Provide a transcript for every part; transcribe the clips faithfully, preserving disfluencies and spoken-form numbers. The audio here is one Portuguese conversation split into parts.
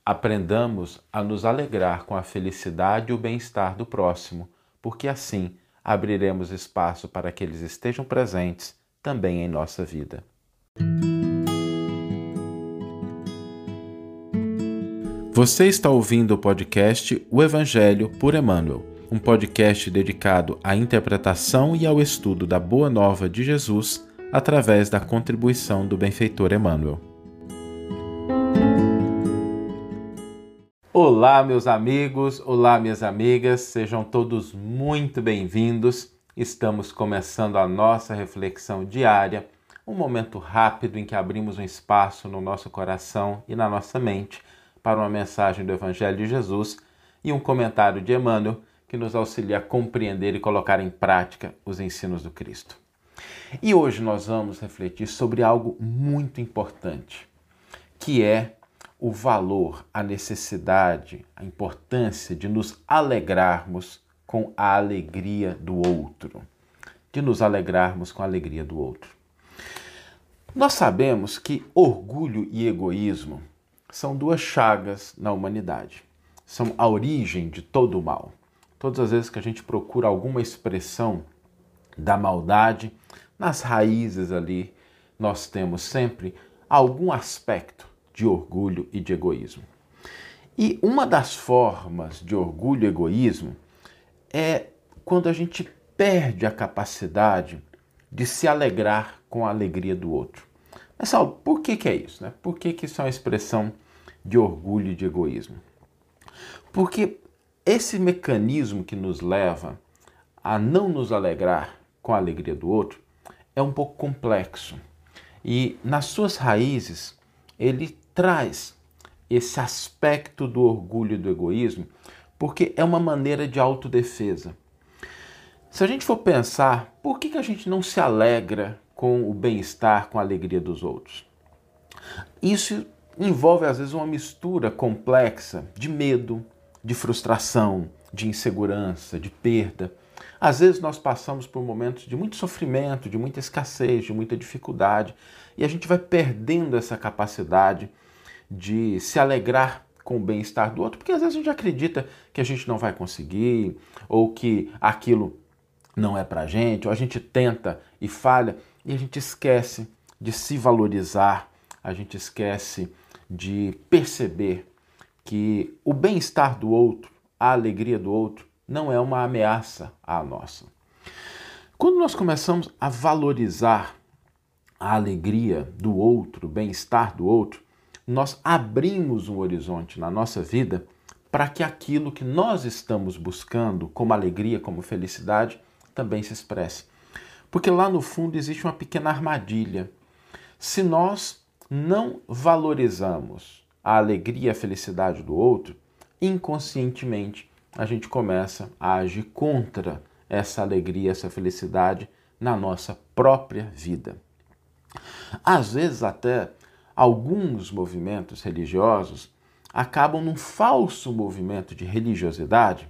Aprendamos a nos alegrar com a felicidade e o bem-estar do próximo, porque assim abriremos espaço para que eles estejam presentes também em nossa vida. Você está ouvindo o podcast O Evangelho por Emmanuel, um podcast dedicado à interpretação e ao estudo da Boa Nova de Jesus através da contribuição do benfeitor Emmanuel. Olá, meus amigos, olá, minhas amigas, sejam todos muito bem-vindos. Estamos começando a nossa reflexão diária, um momento rápido em que abrimos um espaço no nosso coração e na nossa mente para uma mensagem do Evangelho de Jesus e um comentário de Emmanuel que nos auxilia a compreender e colocar em prática os ensinos do Cristo. E hoje nós vamos refletir sobre algo muito importante, que é o valor, a necessidade, a importância de nos alegrarmos com a alegria do outro. De nos alegrarmos com a alegria do outro. Nós sabemos que orgulho e egoísmo são duas chagas na humanidade. São a origem de todo o mal. Todas as vezes que a gente procura alguma expressão da maldade, nas raízes ali nós temos sempre algum aspecto de orgulho e de egoísmo. E uma das formas de orgulho e egoísmo é quando a gente perde a capacidade de se alegrar com a alegria do outro. Mas, Saulo, por que que é isso? Né? Por que que isso é uma expressão de orgulho e de egoísmo? Porque esse mecanismo que nos leva a não nos alegrar com a alegria do outro é um pouco complexo. E nas suas raízes, ele traz esse aspecto do orgulho e do egoísmo, porque é uma maneira de autodefesa. Se a gente for pensar, por que que a gente não se alegra com o bem-estar, com a alegria dos outros? Isso envolve, às vezes, uma mistura complexa de medo, de frustração, de insegurança, de perda. Às vezes nós passamos por momentos de muito sofrimento, de muita escassez, de muita dificuldade, e a gente vai perdendo essa capacidade de se alegrar com o bem-estar do outro, porque às vezes a gente acredita que a gente não vai conseguir, ou que aquilo não é pra gente, ou a gente tenta e falha, e a gente esquece de se valorizar, a gente esquece de perceber que o bem-estar do outro, a alegria do outro, não é uma ameaça à nossa. Quando nós começamos a valorizar a alegria do outro, o bem-estar do outro, nós abrimos um horizonte na nossa vida para que aquilo que nós estamos buscando como alegria, como felicidade, também se expresse. Porque lá no fundo existe uma pequena armadilha. Se nós não valorizamos a alegria e a felicidade do outro, inconscientemente a gente começa a agir contra essa alegria, essa felicidade na nossa própria vida. Às vezes até alguns movimentos religiosos acabam num falso movimento de religiosidade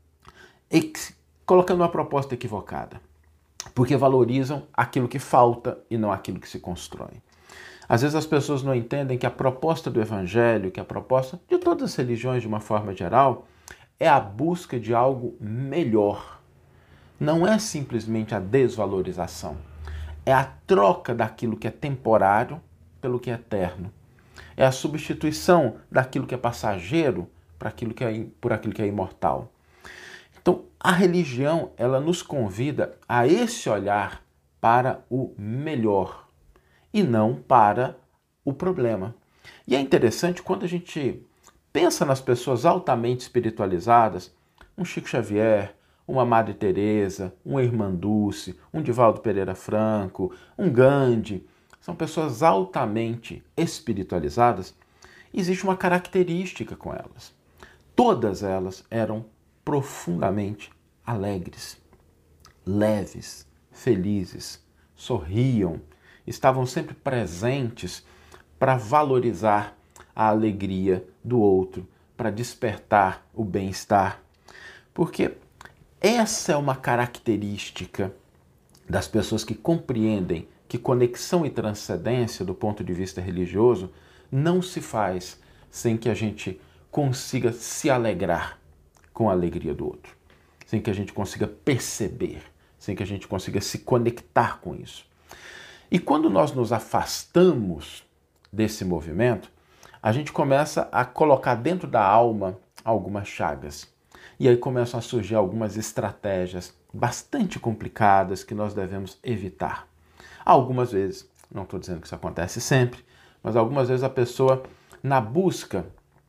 colocando uma proposta equivocada, porque valorizam aquilo que falta e não aquilo que se constrói. Às vezes as pessoas não entendem que a proposta do Evangelho, que a proposta de todas as religiões de uma forma geral, é a busca de algo melhor. Não é simplesmente a desvalorização. É a troca daquilo que é temporário pelo que é eterno. É a substituição daquilo que é passageiro para aquilo que é, por aquilo que é imortal. Então, a religião, ela nos convida a esse olhar para o melhor e não para o problema. E é interessante quando a gente pensa nas pessoas altamente espiritualizadas, um Chico Xavier, uma Madre Teresa, uma Irmã Dulce, um Divaldo Pereira Franco, um Gandhi, são pessoas altamente espiritualizadas, existe uma característica com elas. Todas elas eram profundamente alegres, leves, felizes, sorriam, estavam sempre presentes para valorizar a alegria do outro, para despertar o bem-estar. Porque essa é uma característica das pessoas que compreendem que conexão e transcendência do ponto de vista religioso não se faz sem que a gente consiga se alegrar com a alegria do outro, sem que a gente consiga perceber, sem que a gente consiga se conectar com isso. E quando nós nos afastamos desse movimento, a gente começa a colocar dentro da alma algumas chagas. E aí começam a surgir algumas estratégias bastante complicadas que nós devemos evitar. Algumas vezes, não estou dizendo que isso acontece sempre, mas algumas vezes a pessoa, na busca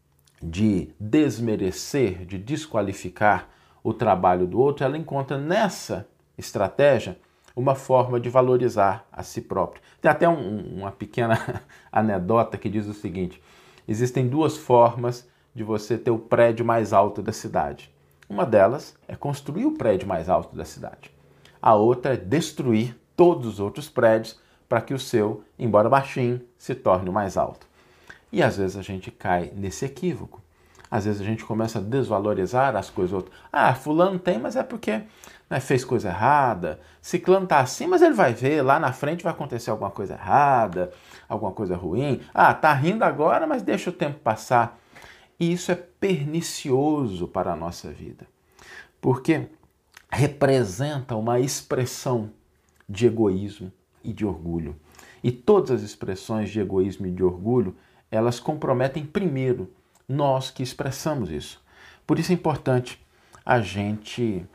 de desmerecer, de desqualificar o trabalho do outro, ela encontra nessa estratégia uma forma de valorizar a si próprio. Tem até um, uma pequena anedota que diz o seguinte: existem duas formas de você ter o prédio mais alto da cidade. Uma delas é construir o prédio mais alto da cidade. A outra é destruir todos os outros prédios para que o seu, embora baixinho, se torne o mais alto. E às vezes a gente cai nesse equívoco. Às vezes a gente começa a desvalorizar as coisas do outro. Ah, fulano tem, mas é porque, né, fez coisa errada. Ciclano tá assim, mas ele vai ver, lá na frente vai acontecer alguma coisa errada, alguma coisa ruim. Ah, tá rindo agora, mas deixa o tempo passar. E isso é pernicioso para a nossa vida, porque representa uma expressão de egoísmo e de orgulho. E todas as expressões de egoísmo e de orgulho, elas comprometem primeiro nós que expressamos isso. Por isso é importante a gente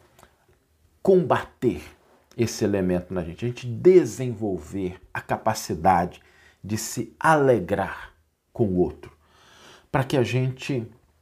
combater esse elemento na gente, a gente desenvolver a capacidade de se alegrar com o outro, para que a gente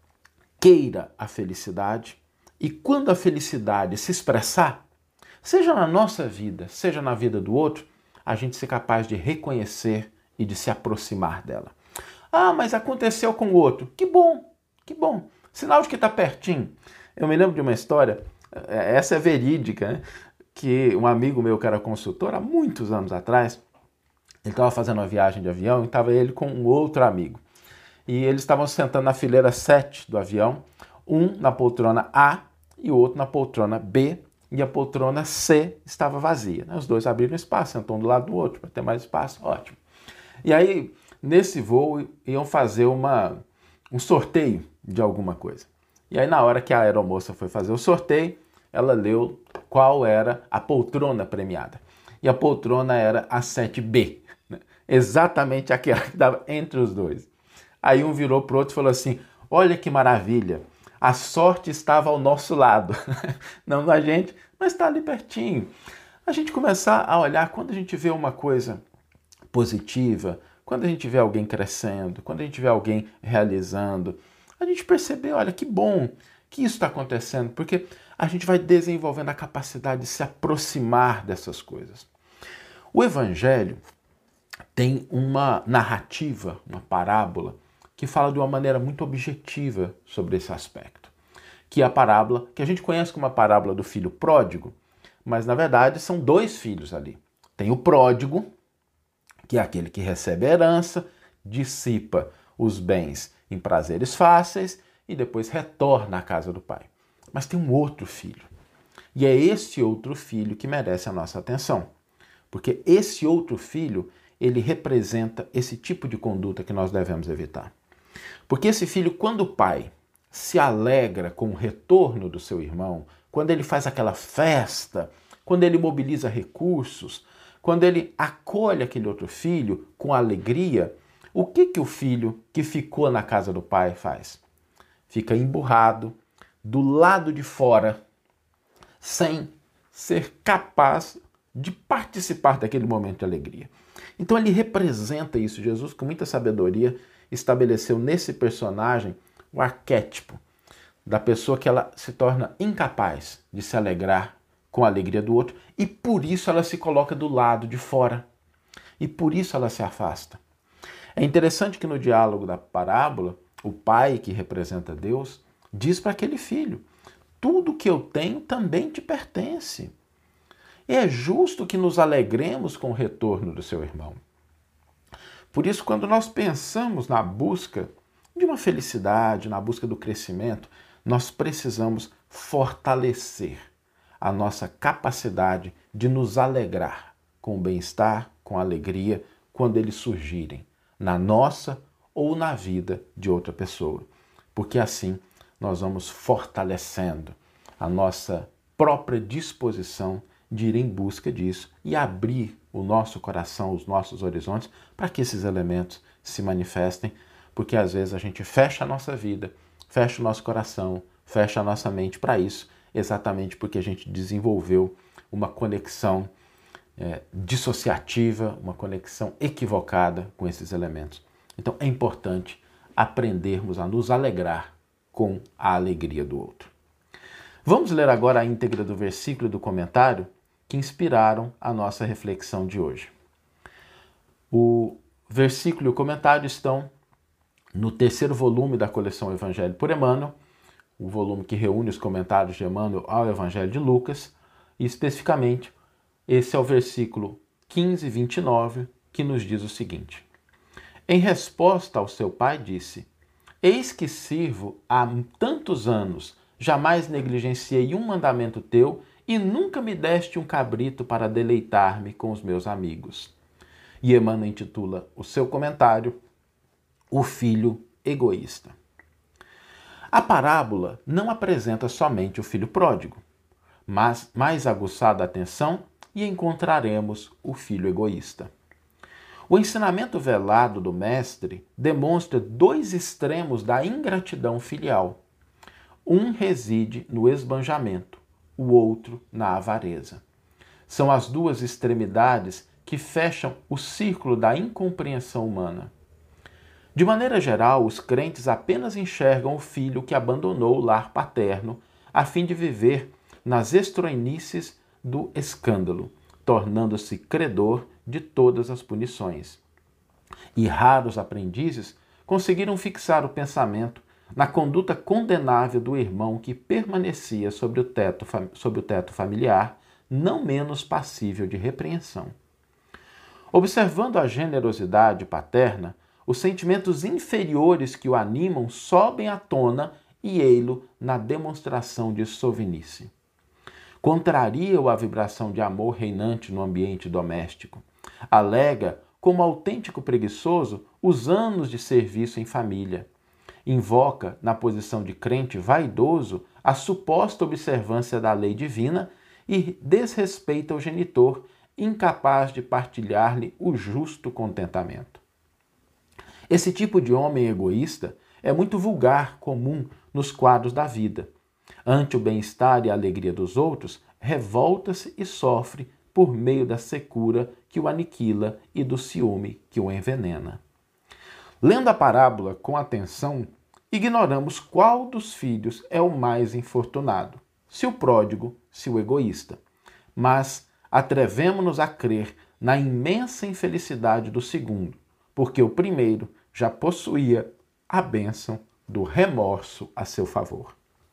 queira a felicidade e quando a felicidade se expressar, seja na nossa vida, seja na vida do outro, a gente ser capaz de reconhecer e de se aproximar dela. Ah, mas aconteceu com o outro. Que bom, que bom. Sinal de que está pertinho. Eu me lembro de uma história, essa é verídica, né? Que um amigo meu que era consultor, há muitos anos atrás, ele estava fazendo uma viagem de avião e estava ele com um outro amigo. E eles estavam sentando na fileira sete do avião, um na poltrona A e o outro na poltrona B, e a poltrona C estava vazia. Né? Os dois abriram espaço, sentam um do lado do outro para ter mais espaço, ótimo. E aí, nesse voo, iam fazer uma, um sorteio de alguma coisa. E aí, na hora que a aeromoça foi fazer o sorteio, ela leu qual era a poltrona premiada. E a poltrona era a sete B, né? Exatamente aquela que estava entre os dois. Aí um virou para o outro e falou assim: olha que maravilha, a sorte estava ao nosso lado. Não na gente, mas está ali pertinho. A gente começar a olhar, quando a gente vê uma coisa positiva, quando a gente vê alguém crescendo, quando a gente vê alguém realizando, a gente perceber, olha, que bom que isso está acontecendo, porque a gente vai desenvolvendo a capacidade de se aproximar dessas coisas. O Evangelho tem uma narrativa, uma parábola, que fala de uma maneira muito objetiva sobre esse aspecto, que é a parábola, que a gente conhece como a parábola do filho pródigo, mas na verdade são dois filhos ali. Tem o pródigo, que é aquele que recebe a herança, dissipa os bens em prazeres fáceis e depois retorna à casa do pai. Mas tem um outro filho, e é esse outro filho que merece a nossa atenção, porque esse outro filho, ele representa esse tipo de conduta que nós devemos evitar. Porque esse filho, quando o pai se alegra com o retorno do seu irmão, quando ele faz aquela festa, quando ele mobiliza recursos, quando ele acolhe aquele outro filho com alegria, o que que o filho que ficou na casa do pai faz? Fica emburrado, do lado de fora, sem ser capaz de participar daquele momento de alegria. Então ele representa isso. Jesus, com muita sabedoria, estabeleceu nesse personagem o arquétipo da pessoa que ela se torna incapaz de se alegrar com a alegria do outro e por isso ela se coloca do lado de fora e por isso ela se afasta. É interessante que no diálogo da parábola, o pai, que representa Deus, diz para aquele filho: tudo que eu tenho também te pertence. É justo que nos alegremos com o retorno do seu irmão. Por isso, quando nós pensamos na busca de uma felicidade, na busca do crescimento, nós precisamos fortalecer a nossa capacidade de nos alegrar com o bem-estar, com a alegria, quando eles surgirem, na nossa ou na vida de outra pessoa. Porque assim nós vamos fortalecendo a nossa própria disposição de ir em busca disso e abrir o nosso coração, os nossos horizontes, para que esses elementos se manifestem, porque às vezes a gente fecha a nossa vida, fecha o nosso coração, fecha a nossa mente para isso, exatamente porque a gente desenvolveu uma conexão é, dissociativa, uma conexão equivocada com esses elementos. Então é importante aprendermos a nos alegrar com a alegria do outro. Vamos ler agora a íntegra do versículo e do comentário que inspiraram a nossa reflexão de hoje. O versículo e o comentário estão no terceiro volume da coleção Evangelho por Emmanuel, o volume que reúne os comentários de Emmanuel ao Evangelho de Lucas, e especificamente esse é o versículo quinze, vinte e nove, que nos diz o seguinte: em resposta ao seu pai disse: eis que sirvo há tantos anos, jamais negligenciei um mandamento teu e nunca me deste um cabrito para deleitar-me com os meus amigos. E Emmanuel intitula o seu comentário O Filho Egoísta. A parábola não apresenta somente o filho pródigo, mas mais aguçada a atenção e encontraremos o filho egoísta. O ensinamento velado do mestre demonstra dois extremos da ingratidão filial. Um reside no esbanjamento, o outro na avareza. São as duas extremidades que fecham o círculo da incompreensão humana. De maneira geral, os crentes apenas enxergam o filho que abandonou o lar paterno a fim de viver nas estroinices do escândalo, tornando-se credor de todas as punições. E raros aprendizes conseguiram fixar o pensamento na conduta condenável do irmão que permanecia sobre o teto, sobre o teto familiar, não menos passível de repreensão. Observando a generosidade paterna, os sentimentos inferiores que o animam sobem à tona e ei-lo na demonstração de sovinice. Contraria-o a vibração de amor reinante no ambiente doméstico. Alega, como autêntico preguiçoso, os anos de serviço em família. Invoca, na posição de crente vaidoso, a suposta observância da lei divina e desrespeita o genitor, incapaz de partilhar-lhe o justo contentamento. Esse tipo de homem egoísta é muito vulgar, comum nos quadros da vida. Ante o bem-estar e a alegria dos outros, revolta-se e sofre por meio da secura que o aniquila e do ciúme que o envenena. Lendo a parábola com atenção, ignoramos qual dos filhos é o mais infortunado, se o pródigo, se o egoísta. Mas atrevemo-nos a crer na imensa infelicidade do segundo, porque o primeiro já possuía a bênção do remorso a seu favor.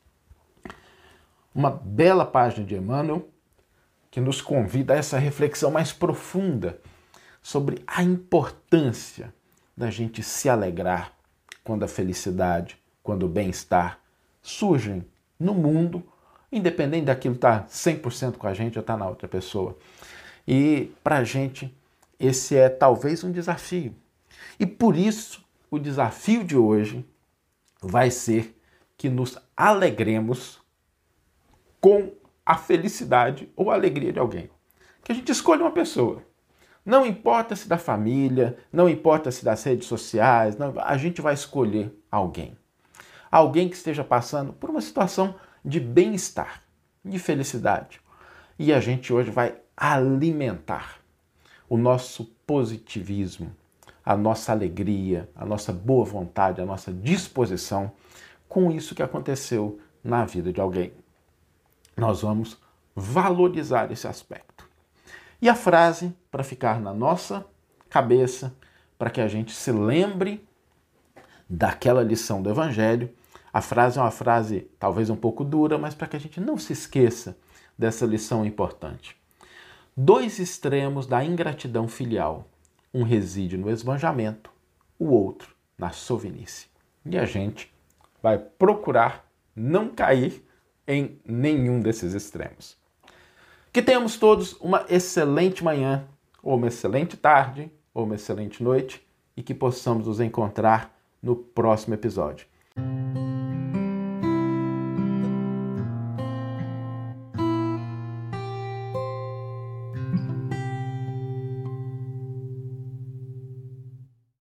Uma bela página de Emmanuel que nos convida a essa reflexão mais profunda sobre a importância da gente se alegrar quando a felicidade, quando o bem-estar surgem no mundo, independente daquilo estar cem por cento com a gente ou estar na outra pessoa. E para a gente esse é talvez um desafio. E por isso o desafio de hoje vai ser que nos alegremos com a felicidade ou a alegria de alguém. Que a gente escolha uma pessoa. Não importa se da família, não importa se das redes sociais, não, a gente vai escolher alguém. Alguém que esteja passando por uma situação de bem-estar, de felicidade. E a gente hoje vai alimentar o nosso positivismo, a nossa alegria, a nossa boa vontade, a nossa disposição com isso que aconteceu na vida de alguém. Nós vamos valorizar esse aspecto. E a frase, para ficar na nossa cabeça, para que a gente se lembre daquela lição do Evangelho, a frase é uma frase talvez um pouco dura, mas para que a gente não se esqueça dessa lição importante. Dois extremos da ingratidão filial. Um reside no esbanjamento, o outro na sovinice. E a gente vai procurar não cair em nenhum desses extremos. Que tenhamos todos uma excelente manhã, ou uma excelente tarde, ou uma excelente noite, e que possamos nos encontrar no próximo episódio.